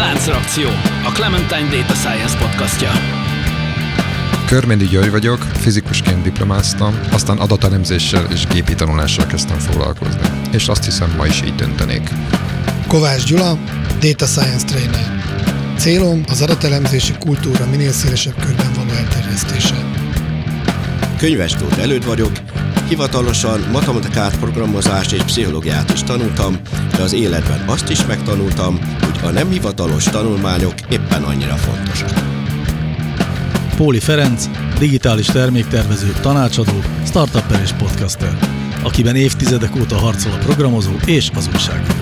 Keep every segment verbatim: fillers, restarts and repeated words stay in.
Láncreakció, a Clementine Data Science podcastja. Körméndi György vagyok, fizikusként diplomáztam, aztán adatelemzéssel és gépi tanulással kezdtem foglalkozni. És azt hiszem, ma is így döntenék. Kovács Gyula, Data Science Trainer. Célom az adatelemzési kultúra minél szélesebb körben való elterjesztése. Könyves Tóth Előd vagyok, hivatalosan matematikát, programozást és pszichológiát is tanultam, de az életben azt is megtanultam, hogy a nem hivatalos tanulmányok éppen annyira fontosak. Póli Ferenc, digitális terméktervező, tanácsadó, startupper és podcaster, akiben évtizedek óta harcol a programozó és az újságíró.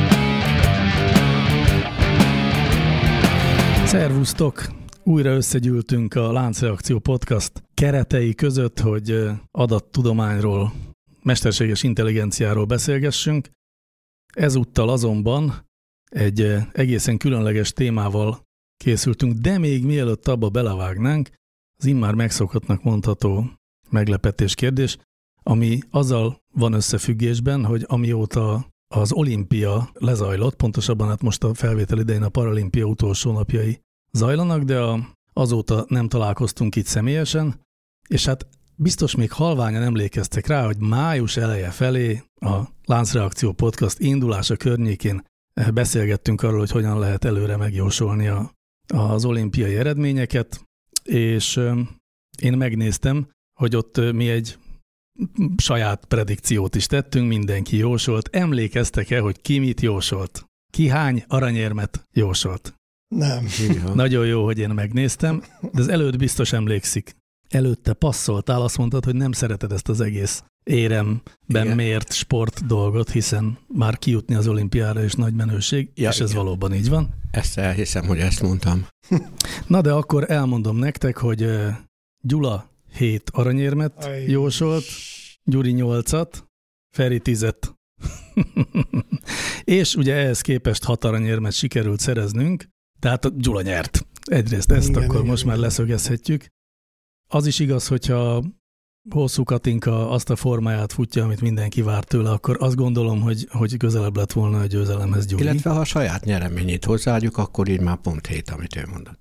Szervusztok! Újra összegyűltünk a Láncreakció podcast keretei között, hogy adattudományról, mesterséges intelligenciáról beszélgessünk. Ezúttal azonban egy egészen különleges témával készültünk, de még mielőtt abba belevágnánk, az immár megszokottnak mondható meglepetés kérdés, ami azzal van összefüggésben, hogy amióta az olimpia lezajlott, pontosabban hát most a felvétel idején a paralimpia utolsó napjai zajlanak, de a, azóta nem találkoztunk itt személyesen, és hát biztos még halványan emlékeztek rá, hogy május eleje felé a Láncreakció podcast indulása környékén beszélgettünk arról, hogy hogyan lehet előre megjósolni a, az olimpiai eredményeket, és én megnéztem, hogy ott mi egy saját predikciót is tettünk, mindenki jósolt. Emlékeztek-e, hogy ki mit jósolt? Ki hány aranyérmet jósolt? Nem. Nagyon jó, hogy én megnéztem, de az előtt biztos emlékszik. Előtte passzoltál, azt mondtad, hogy nem szereted ezt az egész éremben igen. mért sport dolgot, hiszen már kijutni az olimpiára is nagy menőség, ja, és igen. ez valóban így van. Ezt elhiszem, hogy ezt mondtam. Na de akkor elmondom nektek, hogy Gyula hét aranyérmet Aj. jósolt, Gyuri nyolcat, Feri tízet. És ugye ehhez képest hat aranyérmet sikerült szereznünk, tehát a Gyula nyert. Egyrészt ezt igen, akkor igen, most igen. már leszögezhetjük. Az is igaz, hogyha Hosszú Katinka azt a formáját futja, amit mindenki vár tőle, akkor azt gondolom, hogy, hogy közelebb lett volna a győzelemhez Gyuri. Illetve ha a saját nyereményét hozzáadjuk, akkor így már pont hét, amit ő mondott.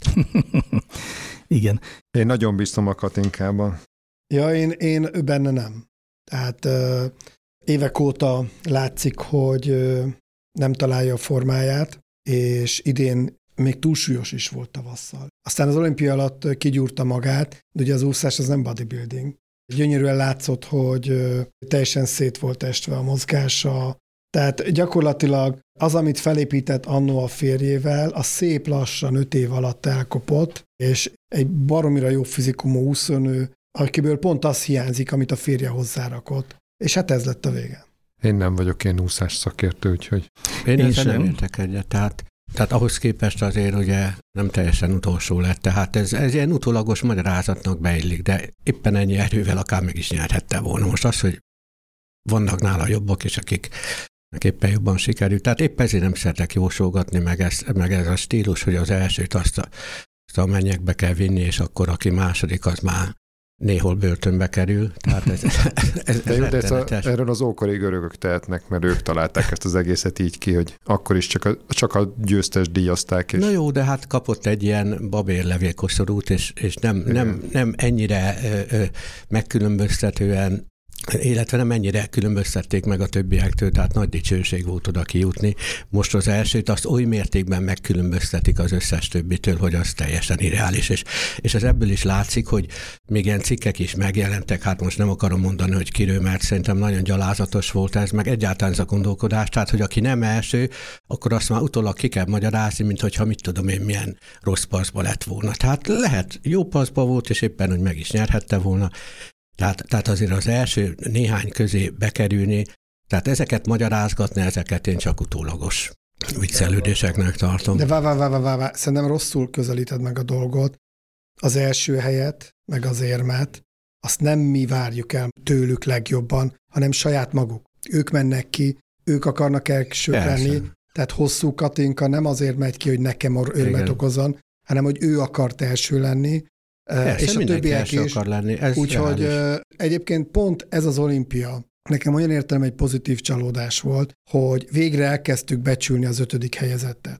Igen. Én nagyon bízom a Katinkában. Ja, én, én benne nem. Tehát uh, évek óta látszik, hogy uh, nem találja a formáját, és idén még túlsúlyos is volt tavasszal. Aztán az olimpia alatt kigyúrta magát, de ugye az úszás az nem bodybuilding. Gyönyörűen látszott, hogy uh, teljesen szét volt estve a mozgása. Tehát gyakorlatilag az, amit felépített annó a férjével, az szép lassan öt év alatt elkopott, és egy baromira jó fizikumú úszónő, akiből pont az hiányzik, amit a férje hozzárakott. És hát ez lett a vége. Én nem vagyok én úszás szakértő, úgyhogy... Én, Én ezzel nem értek egyet. Tehát, tehát ahhoz képest azért ugye nem teljesen utolsó lett. Tehát ez, ez ilyen utólagos magyarázatnak beillik, de éppen ennyi erővel akár meg is nyerhette volna. Most az, hogy vannak nála jobbak, és akik éppen jobban sikerült. Tehát épp ezért nem szeretek jósolgatni, meg ez, meg ez a stílus, hogy az elsőt azt a, azt a mennyekbe kell vinni, és akkor aki második, az már néhol börtönbe kerül. Tehát ez, ez, de, ez, de ez a, erről az ókori görögök tehetnek, mert ők találták ezt az egészet így ki, hogy akkor is csak a, csak a győztes díjazták. És... Na jó, de hát kapott egy ilyen babérlevélkoszorút, és, és nem, nem, nem ennyire ö, ö, megkülönböztetően, illetve nem ennyire különböztették meg a többiektől, tehát nagy dicsőség volt oda kijutni. Most az elsőt azt oly mértékben megkülönböztetik az összes többitől, hogy az teljesen irreális. És, és ez ebből is látszik, hogy még ilyen cikkek is megjelentek, hát most nem akarom mondani, hogy kiről, mert szerintem nagyon gyalázatos volt ez, meg egyáltalán ez a gondolkodás, tehát hogy aki nem első, akkor azt már utólag ki kell magyarázni, mint hogyha mit tudom én, milyen rossz paszba lett volna. Tehát lehet, jó paszba volt, és éppen, hogy meg is nyerhette volna. Tehát, tehát azért az első néhány közé bekerülni, tehát ezeket magyarázgatni, ezeket én csak utólagos viccelődéseknek tartom. De vá, vá, vá, vá, vá. Szerintem rosszul közelíted meg a dolgot. Az első helyet, meg az érmet, azt nem mi várjuk el tőlük legjobban, hanem saját maguk. Ők mennek ki, ők akarnak elsők lenni, tehát Hosszú Katinka nem azért megy ki, hogy nekem örömet okozzon, hanem hogy ő akart első lenni, Persze, és a többiek is. Akar lenni. Úgyhogy uh, egyébként pont ez az olimpia nekem olyan értelem egy pozitív csalódás volt, hogy végre elkezdtük becsülni az ötödik helyezettet.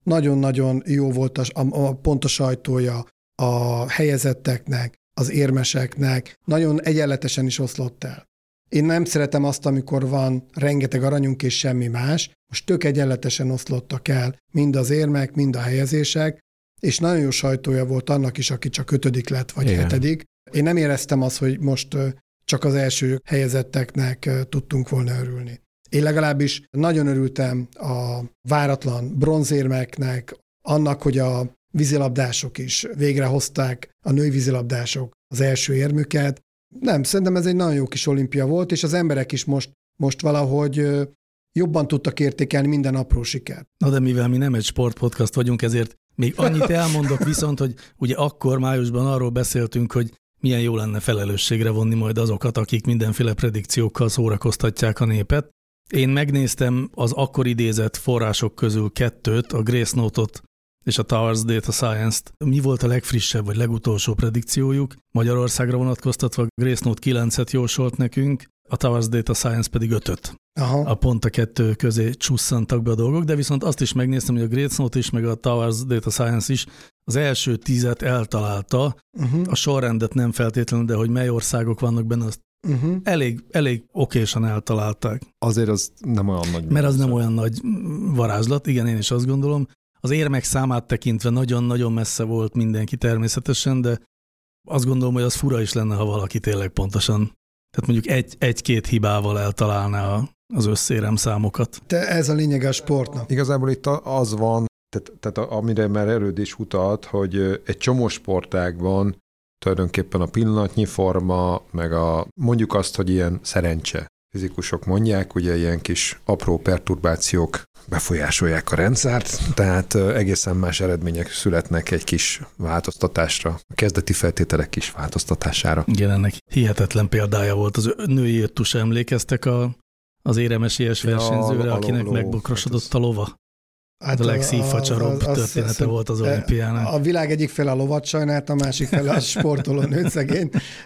nagyon-nagyon jó volt a, a pont a sajtója a helyezetteknek, az érmeseknek, nagyon egyenletesen is oszlott el. Én nem szeretem azt, amikor van rengeteg aranyunk és semmi más, most tök egyenletesen oszlottak el mind az érmek, mind a helyezések, és nagyon jó sajtója volt annak is, aki csak ötödik lett, vagy Igen. hetedik. Én nem éreztem azt, hogy most csak az első helyezetteknek tudtunk volna örülni. Én legalábbis nagyon örültem a váratlan bronzérmeknek, annak, hogy a vízilabdások is végre hozták, a női vízilabdások az első érmüket. Nem, szerintem ez egy nagyon jó kis olimpia volt, és az emberek is most, most valahogy jobban tudtak értékelni minden apró sikert. Na de mivel mi nem egy sportpodcast vagyunk, ezért még annyit elmondok viszont, hogy ugye akkor májusban arról beszéltünk, hogy milyen jó lenne felelősségre vonni majd azokat, akik mindenféle predikciókkal szórakoztatják a népet. Én megnéztem az akkor idézett források közül kettőt, a Grace Note-ot és a Towers Data Science-t. Mi volt a legfrissebb vagy legutolsó predikciójuk? Magyarországra vonatkoztatva a Grace Note kilencet jósolt nekünk, a Towers Data Science pedig ötöt. Aha. A pont a kettő közé csusszantak be a dolgok, de viszont azt is megnéztem, hogy a Grace Note is, meg a Towers Data Science is az első tízet eltalálta, uh-huh. a sorrendet nem feltétlenül, de hogy mely országok vannak benne, azt uh-huh. elég, elég okésan eltalálták. Azért az nem olyan nagy. Mert az nem olyan nagy varázslat, igen, én is azt gondolom. Az érmek számát tekintve nagyon-nagyon messze volt mindenki természetesen, de azt gondolom, hogy az fura is lenne, ha valaki tényleg pontosan, tehát mondjuk egy, egy-két hibával eltalálná az összérem számokat. De ez a lényeg a sportnak. Igazából itt az van, tehát, tehát amire már Erőd is utalt, hogy egy csomó sportágban tulajdonképpen a pillanatnyi forma, meg a mondjuk azt, hogy ilyen szerencse. Fizikusok mondják, ugye ilyen kis apró perturbációk befolyásolják a rendszert, tehát egészen más eredmények születnek egy kis változtatásra, a kezdeti feltételek kis változtatására. Igen, ennek hihetetlen példája volt. Az női öttus, emlékeztek a, az éremesélyes versenyzőre, ja, akinek megbokrosodott a lova? Hát a legszívfacsaróbb története az, volt az olimpiánál. A világ egyik fele a lovat sajnált, a másik fele a sportoló nőt szegény.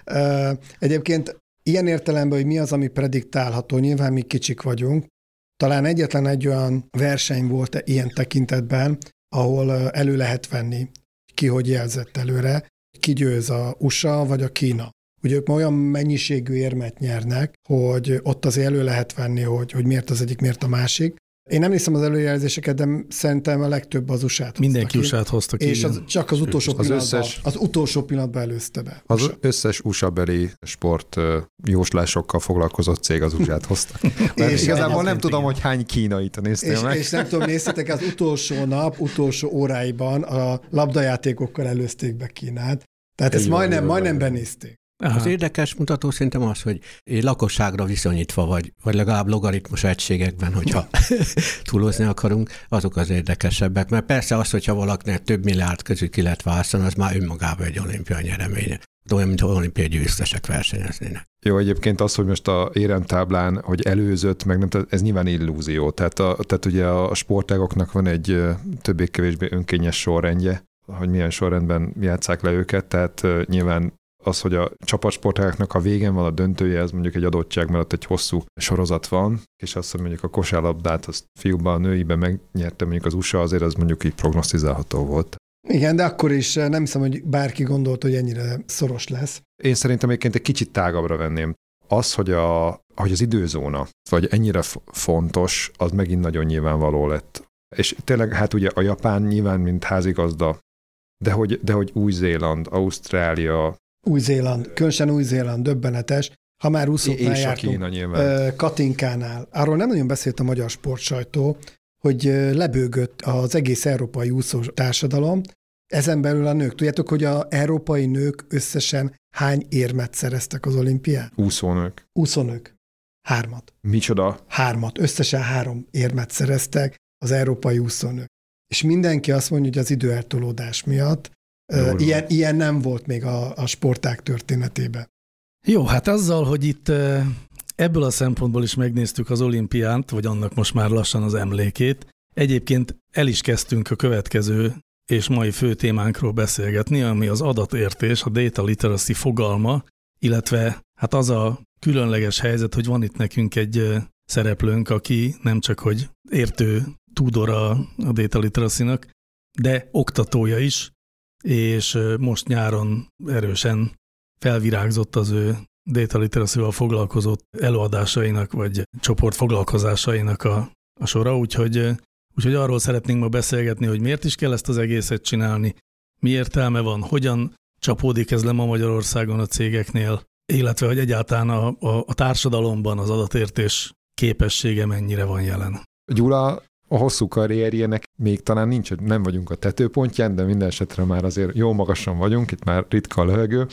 Egyébként ilyen értelemben, hogy mi az, ami prediktálható, nyilván mi kicsik vagyunk. Talán egyetlen egy olyan verseny volt ilyen tekintetben, ahol elő lehet venni, ki hogy jelzett előre, ki győz a u es á vagy a Kína. Ugye ők olyan mennyiségű érmet nyernek, hogy ott azért elő lehet venni, hogy, hogy miért az egyik, miért a másik. Én nem hiszem az előjelzéseket, de szerintem a legtöbb az u es á-t Mindenki u es á-t hozta ki. És az, csak az utolsó, az pillanatban, összes, az utolsó pillanatban előzte be. Az u es á. Összes u es á-beli sport jóslásokkal foglalkozott cég az u es á-t hozta. És igazából nem tudom, hogy hány kínait néztél és, meg. És nem tudom, néztétek, az utolsó nap, utolsó óráiban a labdajátékokkal előzték be Kínát. Tehát ezt majdnem, majdnem benézték. Aha. Az érdekes mutató szerintem az, hogy lakosságra viszonyítva, vagy, vagy legalább logaritmus egységekben, hogyha túlozni akarunk, azok az érdekesebbek. Mert persze az, hogyha valakinek több milliárd közül ki lehet választani, az már önmagában egy olimpiai nyereménye. De olyan, mint olimpiai győztesek versenyeznének. Jó, egyébként az, hogy most a éremtáblán, hogy előzött, meg nem, ez nyilván illúzió. Tehát, a, tehát ugye a sportágoknak van egy többé-kevésbé önkényes sorrendje, hogy milyen sorrendben játsszák le őket, tehát nyilván az, hogy a csapatsportágaknak a végén van a döntője, ez mondjuk egy adottság, mert ott egy hosszú sorozat van, és azt, hogy mondjuk a kosárlabdát, azt fiúban, a nőiben megnyerte mondjuk az u es á, azért az mondjuk így prognosztizálható volt. Igen, de akkor is nem hiszem, hogy bárki gondolt, hogy ennyire szoros lesz. Én szerintem egyébként egy kicsit tágabbra venném. Az, hogy, a, hogy az időzóna, vagy ennyire fontos, az megint nagyon nyilvánvaló lett. És tényleg, hát ugye a Japán nyilván, mint házigazda, de hogy, de hogy Új-Zéland, Ausztrália, Új-Zéland, különösen Új-Zéland, döbbenetes. Ha már úszóknál jártunk, Kína, Katinkánál. Arról nem nagyon beszélt a magyar sportsajtó, hogy lebőgött az egész európai úszó társadalom, ezen belül a nők. Tudjátok, hogy az európai nők összesen hány érmet szereztek az olimpián? Úszónők. Úszónők. Hármat. Micsoda? Hármat. Összesen három érmet szereztek az európai úszónők. És mindenki azt mondja, hogy az időeltolódás miatt Jól ilyen, ilyen nem volt még a, a sportág történetében. Jó, hát azzal, hogy itt ebből a szempontból is megnéztük az olimpiánt, vagy annak most már lassan az emlékét, egyébként el is kezdtünk a következő és mai fő témánkról beszélgetni, ami az adatértés, a data literacy fogalma, illetve hát az a különleges helyzet, hogy van itt nekünk egy szereplőnk, aki nem csak hogy értő tudora a data literacy-nak, de oktatója is, és most nyáron erősen felvirágzott az ő data literacy-val foglalkozó előadásainak, vagy csoportfoglalkozásainak a, a sora, úgyhogy, úgyhogy arról szeretnénk ma beszélgetni, hogy miért is kell ezt az egészet csinálni, mi értelme van, hogyan csapódik ez le ma Magyarországon a cégeknél, illetve hogy egyáltalán a, a, a társadalomban az adatértés képessége mennyire van jelen. Gyula a hosszú karrierjének még talán nincs, nem vagyunk a tetőpontján, de minden esetre már azért jó magasan vagyunk, itt már ritka a levegő.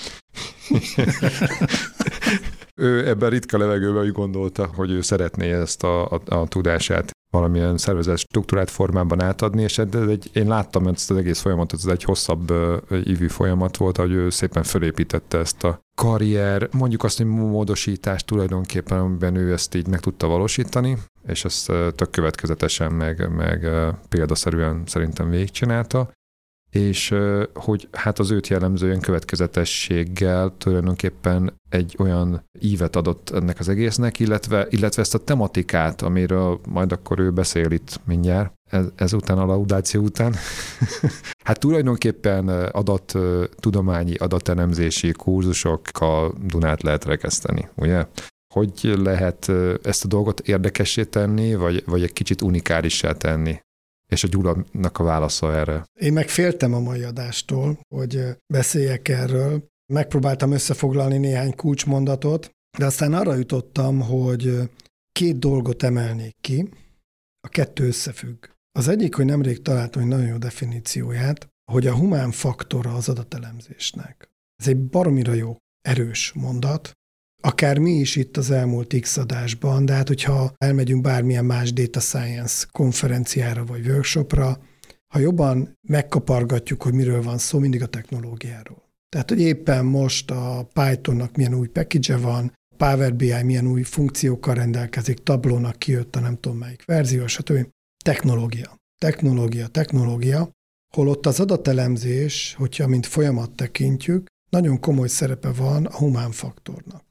Ő ebben ritka levegőben úgy gondolta, hogy ő szeretné ezt a, a, a tudását valamilyen szervezet struktúrát formában átadni, és ez egy, én láttam ezt az egész folyamatot, ez egy hosszabb uh, ívű folyamat volt, hogy ő szépen fölépítette ezt a karrier, mondjuk azt, hogy módosítást tulajdonképpen, amiben ő ezt így meg tudta valósítani, és ezt uh, tök következetesen, meg, meg uh, példaszerűen szerintem végigcsinálta, és uh, hogy hát az őt jellemző olyan következetességgel tulajdonképpen egy olyan ívet adott ennek az egésznek, illetve, illetve ezt a tematikát, amiről majd akkor ő beszél itt mindjárt, ez, ezután a laudáció után. Hát tulajdonképpen adat, tudományi adatelemzési kurzusokkal Dunát lehet rekeszteni, ugye? Hogy lehet ezt a dolgot érdekessé tenni, vagy, vagy egy kicsit unikálissá tenni? És a Gyulának a válasza erre. Én meg féltem a mai adástól, hogy beszéljek erről. Megpróbáltam összefoglalni néhány kulcsmondatot, de aztán arra jutottam, hogy két dolgot emelnék ki, a kettő összefügg. Az egyik, hogy nemrég találtam egy nagyon jó definícióját, hogy a humán faktora az adatelemzésnek. Ez egy baromira jó, erős mondat, akár mi is itt az elmúlt X adásban, de hát hogyha elmegyünk bármilyen más data science konferenciára vagy workshopra, ha jobban megkapargatjuk, hogy miről van szó, mindig a technológiáról. Tehát, hogy éppen most a Pythonnak milyen új package van, Power bé i milyen új funkciókkal rendelkezik, Tableau-nak kijött a nem tudom melyik verzió, stb. Technológia, technológia, technológia, holott az adatelemzés, hogyha mint folyamat tekintjük, nagyon komoly szerepe van a humán faktornak.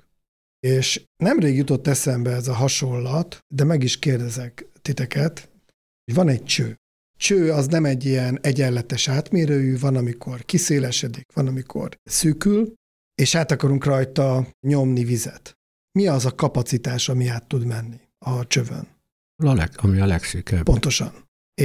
És nemrég jutott eszembe ez a hasonlat, de meg is kérdezek titeket, hogy van egy cső. Cső az nem egy ilyen egyenletes átmérőjű, van, amikor kiszélesedik, van, amikor szűkül, és át akarunk rajta nyomni vizet. Mi az a kapacitás, ami át tud menni a csövön? A leg, ami a legszűkebb. Pontosan.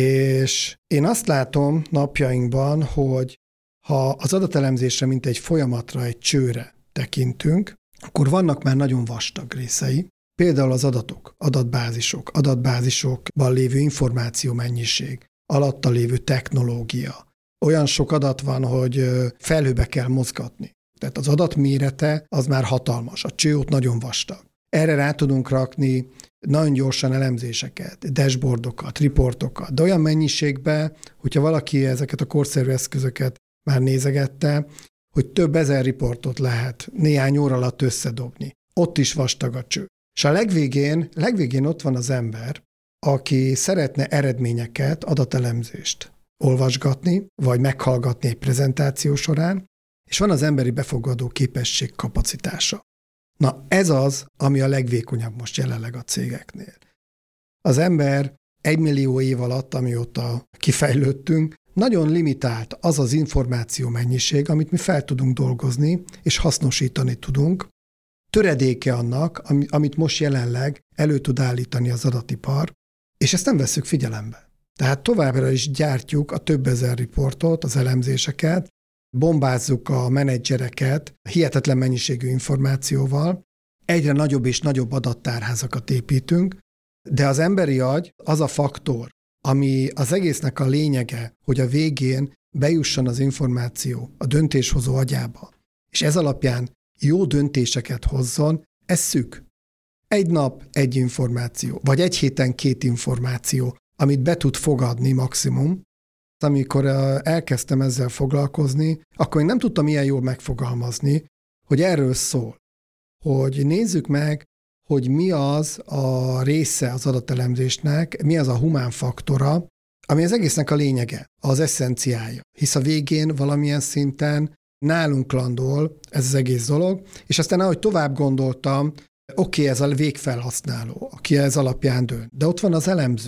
És én azt látom napjainkban, hogy ha az adatelemzésre, mint egy folyamatra, egy csőre tekintünk, akkor vannak már nagyon vastag részei, például az adatok, adatbázisok, adatbázisokban lévő információ mennyiség, alatta lévő technológia. Olyan sok adat van, hogy felhőbe kell mozgatni. Tehát az adat mérete az már hatalmas, a cső ott nagyon vastag. Erre rá tudunk rakni nagyon gyorsan elemzéseket, dashboardokat, riportokat, de olyan mennyiségben, hogyha valaki ezeket a korszerű eszközöket már nézegette, hogy több ezer riportot lehet néhány óra alatt összedobni. Ott is vastag a cső. És a legvégén, legvégén ott van az ember, aki szeretne eredményeket, adatelemzést olvasgatni, vagy meghallgatni egy prezentáció során, és van az emberi befogadó képesség kapacitása. Na ez az, ami a legvékonyabb most jelenleg a cégeknél. Az ember egymillió év alatt, amióta kifejlődtünk, nagyon limitált az az információ mennyiség, amit mi fel tudunk dolgozni, és hasznosítani tudunk. Töredéke annak, amit most jelenleg elő tud állítani az adatipar, és ezt nem vesszük figyelembe. Tehát továbbra is gyártjuk a több ezer riportot, az elemzéseket, bombázzuk a menedzsereket hihetetlen mennyiségű információval, egyre nagyobb és nagyobb adattárházakat építünk, de az emberi agy az a faktor, ami az egésznek a lényege, hogy a végén bejusson az információ a döntéshozó agyába, és ez alapján jó döntéseket hozzon, ez szűk. Egy nap egy információ, vagy egy héten két információ, amit be tud fogadni maximum. Amikor elkezdtem ezzel foglalkozni, akkor én nem tudtam ilyen jól megfogalmazni, hogy erről szól, hogy nézzük meg, hogy mi az a része az adatelemzésnek, mi az a humán faktora, ami az egésznek a lényege, az eszenciája. Hisz a végén valamilyen szinten nálunk landol ez az egész dolog, és aztán ahogy tovább gondoltam, oké, okay, ez a végfelhasználó, aki ez alapján dönt, de ott van az elemző,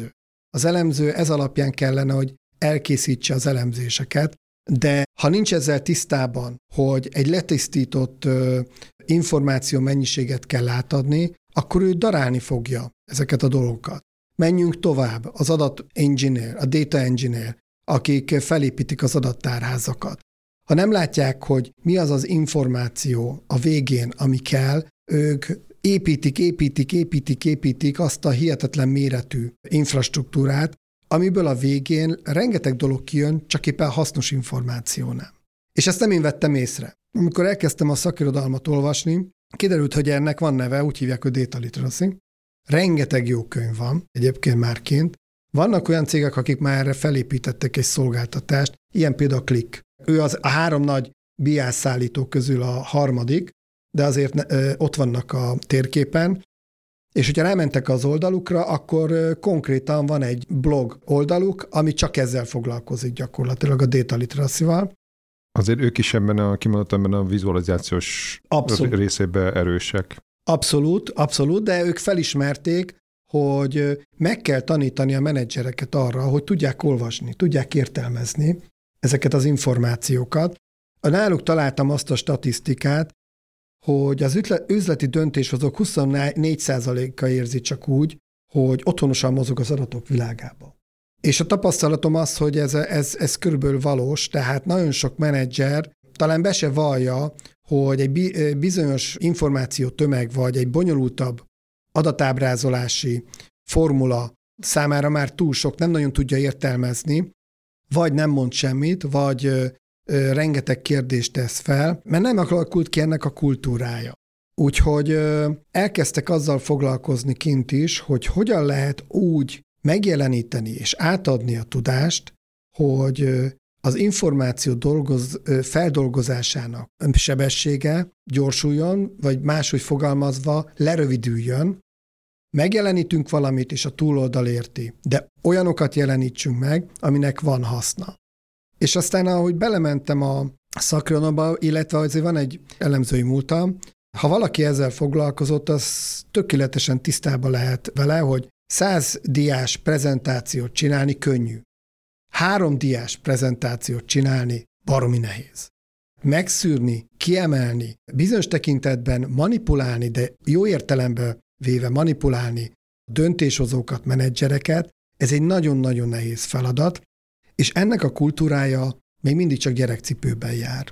Az elemző ez alapján kellene, hogy elkészítse az elemzéseket, de ha nincs ezzel tisztában, hogy egy letisztított ö, információ mennyiséget kell átadni, akkor ő darálni fogja ezeket a dolgokat. Menjünk tovább, az adat engineer, a data engineer, akik felépítik az adattárházakat. Ha nem látják, hogy mi az az információ a végén, ami kell, ők építik, építik, építik, építik azt a hihetetlen méretű infrastruktúrát, amiből a végén rengeteg dolog kijön, csak éppen hasznos információ nem. És ezt nem én vettem észre. Amikor elkezdtem a szakirodalmat olvasni, kiderült, hogy ennek van neve, úgy hívják, hogy data literacy. Rengeteg jó könyv van, egyébként márként. Vannak olyan cégek, akik már erre felépítettek egy szolgáltatást, ilyen például a Click. Ő az a három nagy bé i szállító közül a harmadik, de azért ö, ott vannak a térképen, és hogyha rámentek az oldalukra, akkor ö, konkrétan van egy blog oldaluk, ami csak ezzel foglalkozik gyakorlatilag a data literacy-val. Azért ők is ebben a, kimondottan ebben a vizualizációs abszolút. Részében erősek. Abszolút, abszolút, de ők felismerték, hogy meg kell tanítani a menedzsereket arra, hogy tudják olvasni, tudják értelmezni ezeket az információkat. Náluk találtam azt a statisztikát, hogy az üzleti döntéshozók huszonnégy százaléka érzi csak úgy, hogy otthonosan mozog az adatok világába. És a tapasztalatom az, hogy ez, ez, ez körülbelül valós, tehát nagyon sok menedzser talán be se vallja, hogy egy bizonyos információ tömeg vagy egy bonyolultabb adatábrázolási formula számára már túl sok, nem nagyon tudja értelmezni, vagy nem mond semmit, vagy ö, ö, rengeteg kérdést tesz fel, mert nem alakult ki ennek a kultúrája. Úgyhogy ö, elkezdtek azzal foglalkozni kint is, hogy hogyan lehet úgy megjeleníteni és átadni a tudást, hogy ö, az információ dolgoz, ö, feldolgozásának sebessége gyorsuljon, vagy máshogy fogalmazva lerövidüljön, megjelenítünk valamit, és a túloldal érti, de olyanokat jelenítsünk meg, aminek van haszna. És aztán, ahogy belementem a szakronaba, illetve azért van egy elemzői múltam, ha valaki ezzel foglalkozott, az tökéletesen tisztában lehet vele, hogy száz diás prezentációt csinálni könnyű. Három diás prezentációt csinálni baromi nehéz. Megszűrni, kiemelni, bizonyos tekintetben manipulálni, de jó értelemben véve manipulálni döntéshozókat, menedzsereket, ez egy nagyon-nagyon nehéz feladat, és ennek a kultúrája még mindig csak gyerekcipőben jár.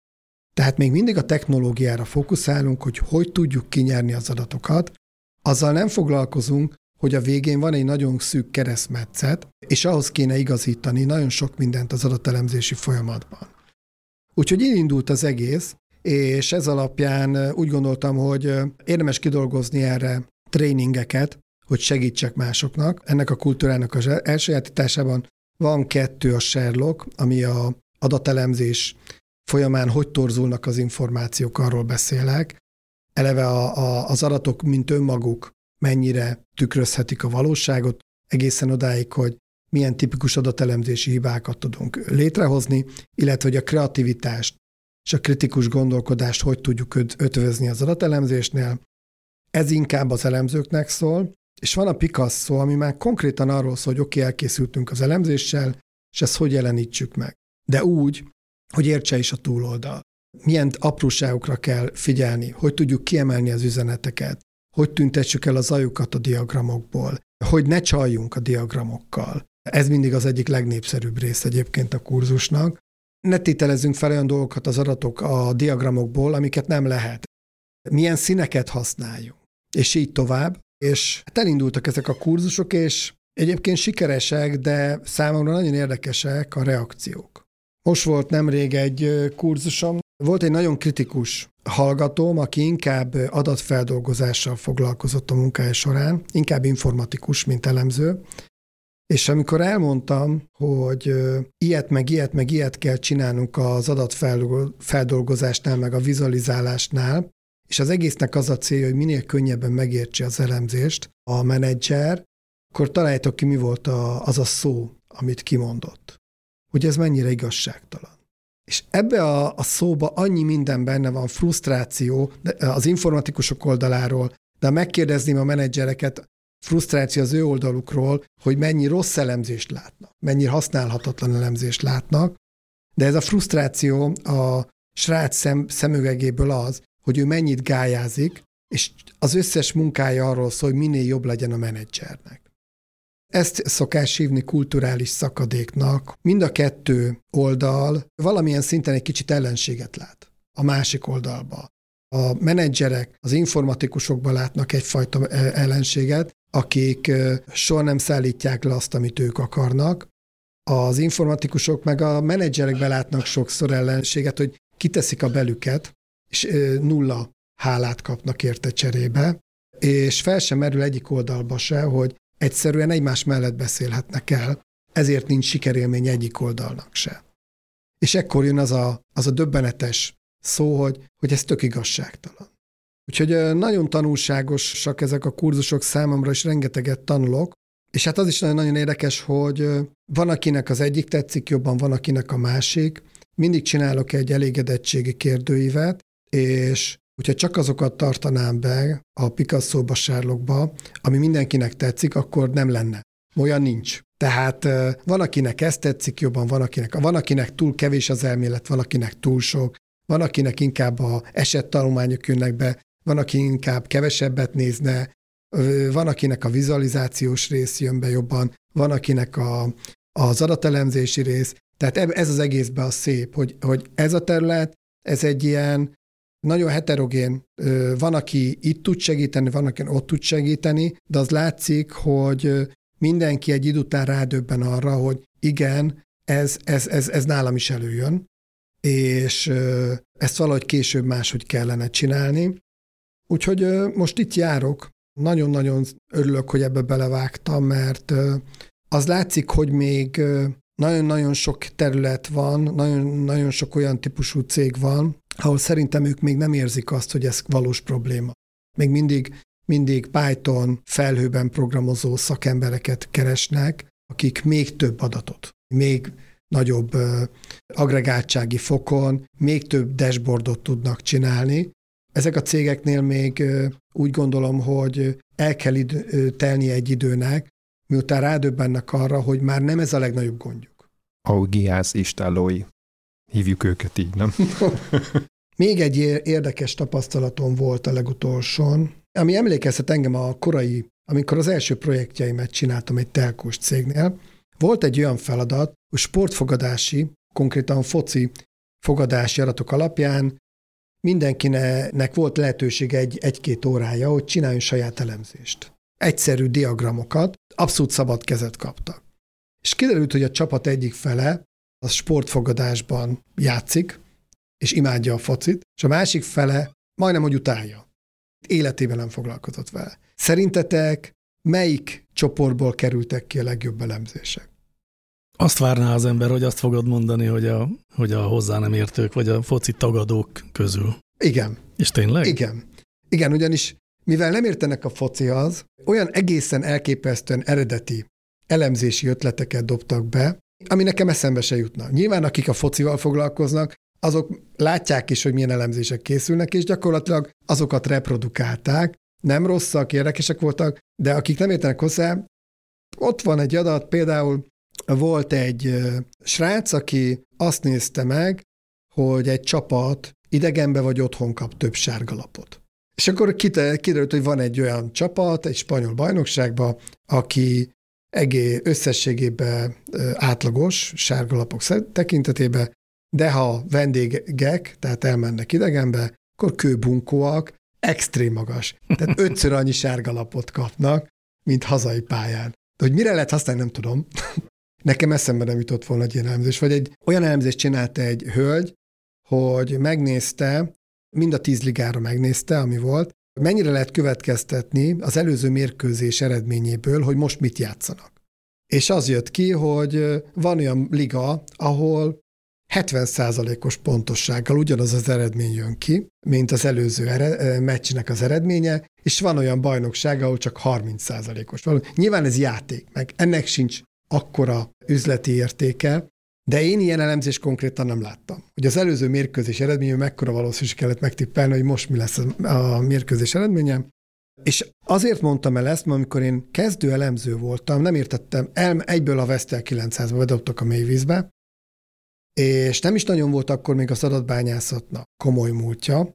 Tehát még mindig a technológiára fókuszálunk, hogy hogy tudjuk kinyerni az adatokat, azzal nem foglalkozunk, hogy a végén van egy nagyon szűk keresztmetszet, és ahhoz kéne igazítani nagyon sok mindent az adatelemzési folyamatban. Úgyhogy így indult az egész, és ez alapján úgy gondoltam, hogy érdemes kidolgozni erre tréningeket, hogy segítsek másoknak. Ennek a kultúrának az elsajátításában van kettő, a Sherlock, ami a adatelemzés folyamán hogy torzulnak az információk, arról beszélek. Eleve a, a, az adatok, mint önmaguk, mennyire tükrözhetik a valóságot, egészen odáig, hogy milyen tipikus adatelemzési hibákat tudunk létrehozni, illetve hogy a kreativitást és a kritikus gondolkodást hogy tudjuk ötvözni az adatelemzésnél. Ez inkább az elemzőknek szól, és van a Picasso, ami már konkrétan arról szól, hogy oké, okay, elkészültünk az elemzéssel, és ezt hogy jelenítsük meg. De úgy, hogy értse is a túloldal. Milyen apróságokra kell figyelni, hogy tudjuk kiemelni az üzeneteket, hogy tüntessük el a zajukat a diagramokból, hogy ne csaljunk a diagramokkal. Ez mindig az egyik legnépszerűbb rész egyébként a kurzusnak. Ne tételezzünk fel olyan dolgokat az adatok a diagramokból, amiket nem lehet. Milyen színeket használjunk, és így tovább. És hát elindultak ezek a kurzusok, és egyébként sikeresek, de számomra nagyon érdekesek a reakciók. Most volt nemrég egy kurzusom, volt egy nagyon kritikus hallgatóm, aki inkább adatfeldolgozással foglalkozott a munkája során, inkább informatikus, mint elemző, és amikor elmondtam, hogy ilyet, meg ilyet, meg ilyet kell csinálnunk az adatfeldolgozásnál, meg a vizualizálásnál, és az egésznek az a célja, hogy minél könnyebben megértse az elemzést a menedzser, akkor találjátok ki, mi volt a, az a szó, amit kimondott. Hogy ez mennyire igazságtalan. És ebbe a, a szóba annyi minden benne van, frusztráció az informatikusok oldaláról, de megkérdezném a menedzsereket, frusztráció az ő oldalukról, hogy mennyi rossz elemzést látnak, mennyi használhatatlan elemzést látnak, de ez a frusztráció a srác szem, szemüvegéből az, hogy ő mennyit gályázik, és az összes munkája arról szól, hogy minél jobb legyen a menedzsernek. Ezt szokás hívni kulturális szakadéknak. Mind a kettő oldal valamilyen szinten egy kicsit ellenséget lát a másik oldalba. A menedzserek az informatikusokban látnak egyfajta ellenséget, akik soha nem szállítják le azt, amit ők akarnak. Az informatikusok meg a menedzserekben látnak sokszor ellenséget, hogy kiteszik a belüket, és nulla hálát kapnak érte cserébe, és fel sem merül egyik oldalba se, hogy egyszerűen egymás mellett beszélhetnek el, ezért nincs sikerélmény egyik oldalnak se. És ekkor jön az a, az a döbbenetes szó, hogy, hogy ez tök igazságtalan. Úgyhogy nagyon tanulságosak ezek a kurzusok számomra, és rengeteget tanulok, és hát az is nagyon-nagyon érdekes, hogy van, akinek az egyik tetszik jobban, van, akinek a másik. Mindig csinálok egy elégedettségi kérdőívet, és hogyha csak azokat tartanám be a Picasso vasárlókba, ami mindenkinek tetszik, akkor nem lenne. Olyan nincs. Tehát van, akinek ez tetszik jobban, van akinek, van, akinek túl kevés az elmélet, van, akinek túl sok, van, akinek inkább a esettanulmányok jönnek be, van, aki inkább kevesebbet nézne, van, akinek a vizualizációs rész jön be jobban, van, akinek a, az adatelemzési rész. Tehát ez az egészben a szép, hogy, hogy ez a terület, ez egy ilyen nagyon heterogén. Van, aki itt tud segíteni, van, aki ott tud segíteni, de az látszik, hogy mindenki egy idő után rádöbben arra, hogy igen, ez, ez, ez, ez nálam is előjön, és ezt valahogy később máshogy kellene csinálni. Úgyhogy most itt járok, nagyon-nagyon örülök, hogy ebbe belevágtam, mert az látszik, hogy még nagyon-nagyon sok terület van, nagyon-nagyon sok olyan típusú cég van, ahol szerintem ők még nem érzik azt, hogy ez valós probléma. Még mindig, mindig Python felhőben programozó szakembereket keresnek, akik még több adatot, még nagyobb agregáltsági fokon, még több dashboardot tudnak csinálni. Ezek a cégeknél még úgy gondolom, hogy el kell idő, telni egy időnek, miután rádöbbennek arra, hogy már nem ez a legnagyobb gondjuk. Augiász istállói. Hívjuk őket így, nem? Még egy érdekes tapasztalatom volt a legutolsón, ami emlékeztet engem a korai, amikor az első projektjeimet csináltam egy telkós cégnél. Volt egy olyan feladat, hogy sportfogadási, konkrétan foci fogadási adatok alapján mindenkinek volt lehetősége egy, egy-két órája, hogy csináljon saját elemzést. Egyszerű diagramokat, abszolút szabad kezet kaptak. És kiderült, hogy a csapat egyik fele az sportfogadásban játszik, és imádja a focit, és a másik fele majdnem, hogy utálja. Életében nem foglalkozott vele. Szerintetek melyik csoportból kerültek ki a legjobb elemzések? Azt várná az ember, hogy azt fogod mondani, hogy a, hogy a hozzá nem értők, vagy a foci tagadók közül. Igen. És tényleg? Igen. Igen, ugyanis mivel nem értenek a focihoz, olyan egészen elképesztően eredeti elemzési ötleteket dobtak be, ami nekem eszembe se jutna. Nyilván akik a focival foglalkoznak, azok látják is, hogy milyen elemzések készülnek, és gyakorlatilag azokat reprodukálták. Nem rosszak, érdekesek voltak, de akik nem értenek hozzá, ott van egy adat, például volt egy srác, aki azt nézte meg, hogy egy csapat idegenbe vagy otthon kap több sárgalapot. És akkor kiderült, hogy van egy olyan csapat, egy spanyol bajnokságban, aki egész összességében átlagos sárgalapok tekintetében, de ha vendégek, tehát elmennek idegenbe, akkor kőbunkóak, extrém magas. Tehát ötször annyi sárgalapot kapnak, mint hazai pályán. De hogy mire lehet használni, nem tudom. Nekem eszembe nem jutott volna egy ilyen elemzés. Vagy egy olyan elemzést csinálta egy hölgy, hogy megnézte, mind a tíz ligára megnézte, ami volt, mennyire lehet következtetni az előző mérkőzés eredményéből, hogy most mit játszanak. És az jött ki, hogy van olyan liga, ahol hetven százalékos pontossággal ugyanaz az eredmény jön ki, mint az előző ered- meccsnek az eredménye, és van olyan bajnokság, ahol csak harminc százalékos. Nyilván ez játék, meg ennek sincs akkora üzleti értéke, de én ilyen elemzést konkrétan nem láttam. Hogy az előző mérkőzés eredményű mekkora valószínűség kellett megtippelni, hogy most mi lesz a mérkőzés eredménye. És azért mondtam el ezt, mert amikor én kezdő elemző voltam, nem értettem, el, egyből a Vestel kilencszázba bedobtak a mélyvízbe, és nem is nagyon volt akkor még az adatbányászatnak komoly múltja,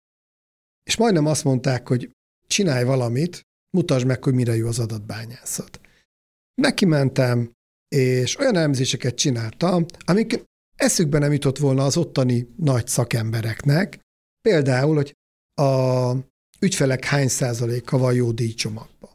és majdnem azt mondták, hogy csinálj valamit, mutasd meg, hogy mire jó az adatbányászat. Neki mentem, és olyan elemzéseket csináltam, amik eszükbe nem jutott volna az ottani nagy szakembereknek, például, hogy a ügyfelek hány százaléka van jó díjcsomagban.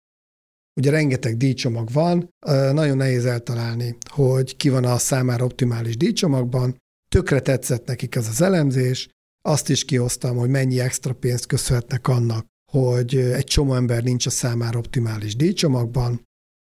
Ugye rengeteg díjcsomag van, nagyon nehéz eltalálni, hogy ki van a számára optimális díjcsomagban, tökre tetszett nekik ez az elemzés, azt is kihoztam, hogy mennyi extra pénzt köszönhetnek annak, hogy egy csomó ember nincs a számára optimális díjcsomagban,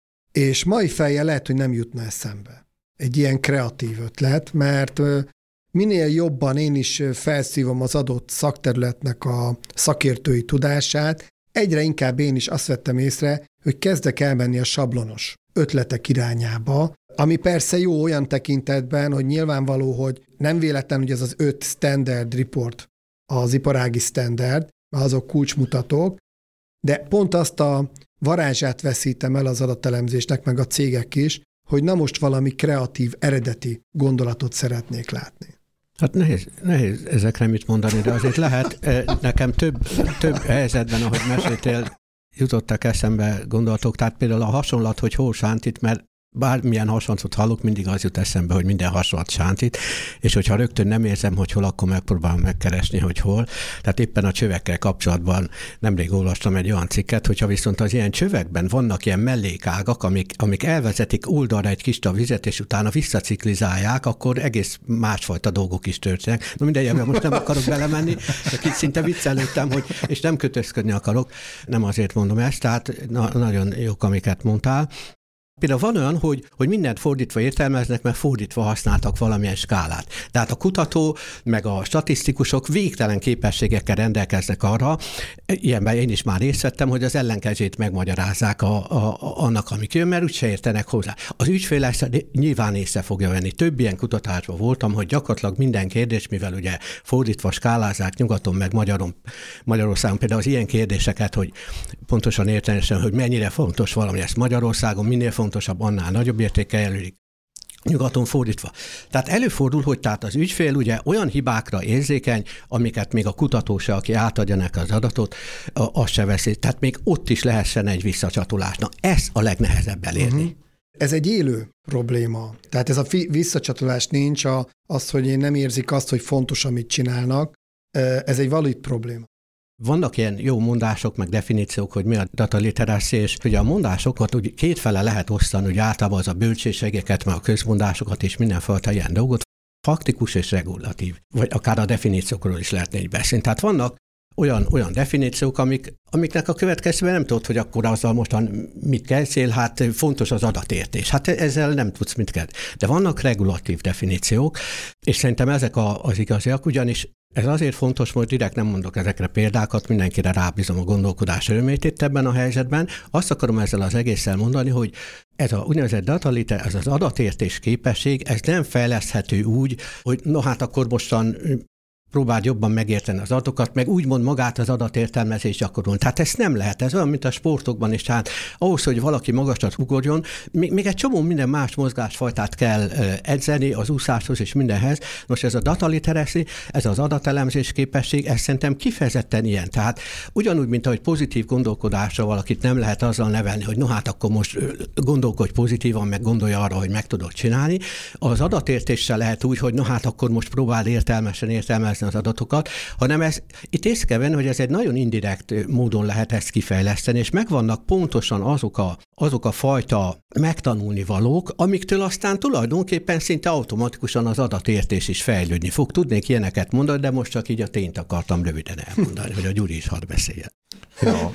és mai fejjel lehet, hogy nem jutna eszembe egy ilyen kreatív ötlet, mert minél jobban én is felszívom az adott szakterületnek a szakértői tudását, egyre inkább én is azt vettem észre, hogy kezdek elmenni a sablonos ötletek irányába, ami persze jó olyan tekintetben, hogy nyilvánvaló, hogy nem véletlen, hogy ez az öt standard report, az iparági standard, azok kulcsmutatók, de pont azt a varázsát veszítem el az adatelemzésnek, meg a cégek is, hogy na most valami kreatív, eredeti gondolatot szeretnék látni. Hát nehéz, nehéz ezekre mit mondani, de azért lehet, nekem több, több helyzetben, ahogy meséltél, jutottak eszembe gondolatok, tehát például a hasonlat, hogy hol sántít, mert bármilyen hasonlatot hallok, mindig az jut eszembe, hogy minden hasonlat sántít, és hogyha rögtön nem érzem, hogy hol, akkor megpróbálom megkeresni, hogy hol. Tehát éppen a csövekkel kapcsolatban nemrég olvastam egy olyan cikket, hogyha viszont az ilyen csövekben vannak ilyen mellékágak, amik, amik elvezetik oldalra egy kis vizet, és utána visszaciklizálják, akkor egész másfajta dolgok is történnek. Na mindegy, ebben most nem akarok belemenni, csak itt szinte viccelődtem, hogy, és nem kötözködni akarok, nem azért mondom ezt, tehát na, nagyon jók, amiket mondtál. Például van olyan, hogy, hogy mindent fordítva értelmeznek, mert fordítva használtak valamilyen skálát. Tehát a kutató, meg a statisztikusok végtelen képességekkel rendelkeznek arra, ilyenben én is már részt vettem, hogy az ellenkezőjét megmagyarázzák a, a, a, annak, amik jön, mert úgyse értenek hozzá. Az ügyfél ezt nyilván észre fogja venni. Több ilyen kutatásban voltam, hogy gyakorlatilag minden kérdés, mivel ugye fordítva skálázzák nyugaton, meg Magyaron, Magyarországon például az ilyen kérdéseket, hogy pontosan értelmesen, hogy mennyire fontos valami, ezt Magyarországon minél fontosabb, annál nagyobb értékkel jelölik. Nyugaton fordítva. Tehát előfordul, hogy tehát az ügyfél ugye olyan hibákra érzékeny, amiket még a kutató se, aki átadja neki az adatot, azt se veszi. Tehát még ott is lehessen egy visszacsatolás. Na, ez a legnehezebb elérni. Uh-huh. Ez egy élő probléma. Tehát ez a fi- visszacsatolás nincs, a, az, hogy én nem érzik azt, hogy fontos, amit csinálnak. Ez egy valid probléma. Vannak ilyen jó mondások, meg definíciók, hogy mi a data literacy, és ugye a mondásokat úgy kétfele lehet osztani, hogy általában az a bölcsésségeket, meg a közmondásokat és mindenfajta ilyen dolgot, faktikus és regulatív, vagy akár a definíciókról is lehetne így beszélni. Tehát vannak olyan, olyan definíciók, amik, amiknek a következőben nem tudod, hogy akkor azzal mostan mit kezdjél, hát fontos az adatértés. Hát ezzel nem tudsz mit kezdeni. De vannak regulatív definíciók, és szerintem ezek a, az igaziak, ugyanis ez azért fontos, hogy direkt nem mondok ezekre példákat, mindenkire rábízom a gondolkodás örömét itt ebben a helyzetben. Azt akarom ezzel az egésszel mondani, hogy ez a úgynevezett data literacy, ez az adatértés képesség, ez nem fejleszthető úgy, hogy no hát akkor mostan próbáld jobban megérteni az adatokat, meg úgymond magát az adatértelmezést gyakorolni. Tehát ezt nem lehet, ez olyan, mint a sportokban is. Tehát ahhoz, hogy valaki magasat ugorjon, még, még egy csomó minden más mozgásfajtát kell edzeni az úszáshoz és mindenhez. Most ez a data literacy, ez az adatelemzés képesség, ez szerintem kifejezetten ilyen. Tehát ugyanúgy, mint ahogy pozitív gondolkodásra valakit nem lehet azzal nevelni, hogy no hát akkor most gondolkodj pozitívan, meg gondolj arra, hogy meg tudod csinálni. Az adatértéssel lehet úgy, hogy no hát akkor most próbáld értelmesen értelmezni az adatokat, hanem ez, itt észre kell venni, hogy ez egy nagyon indirekt módon lehet ezt kifejleszteni, és megvannak pontosan azok a, azok a fajta megtanulni valók, amiktől aztán tulajdonképpen szinte automatikusan az adatértés is fejlődni fog. Tudnék ilyeneket mondani, de most csak így a tényt akartam röviden elmondani, hogy a Gyuri is hadd beszéljen. Ja.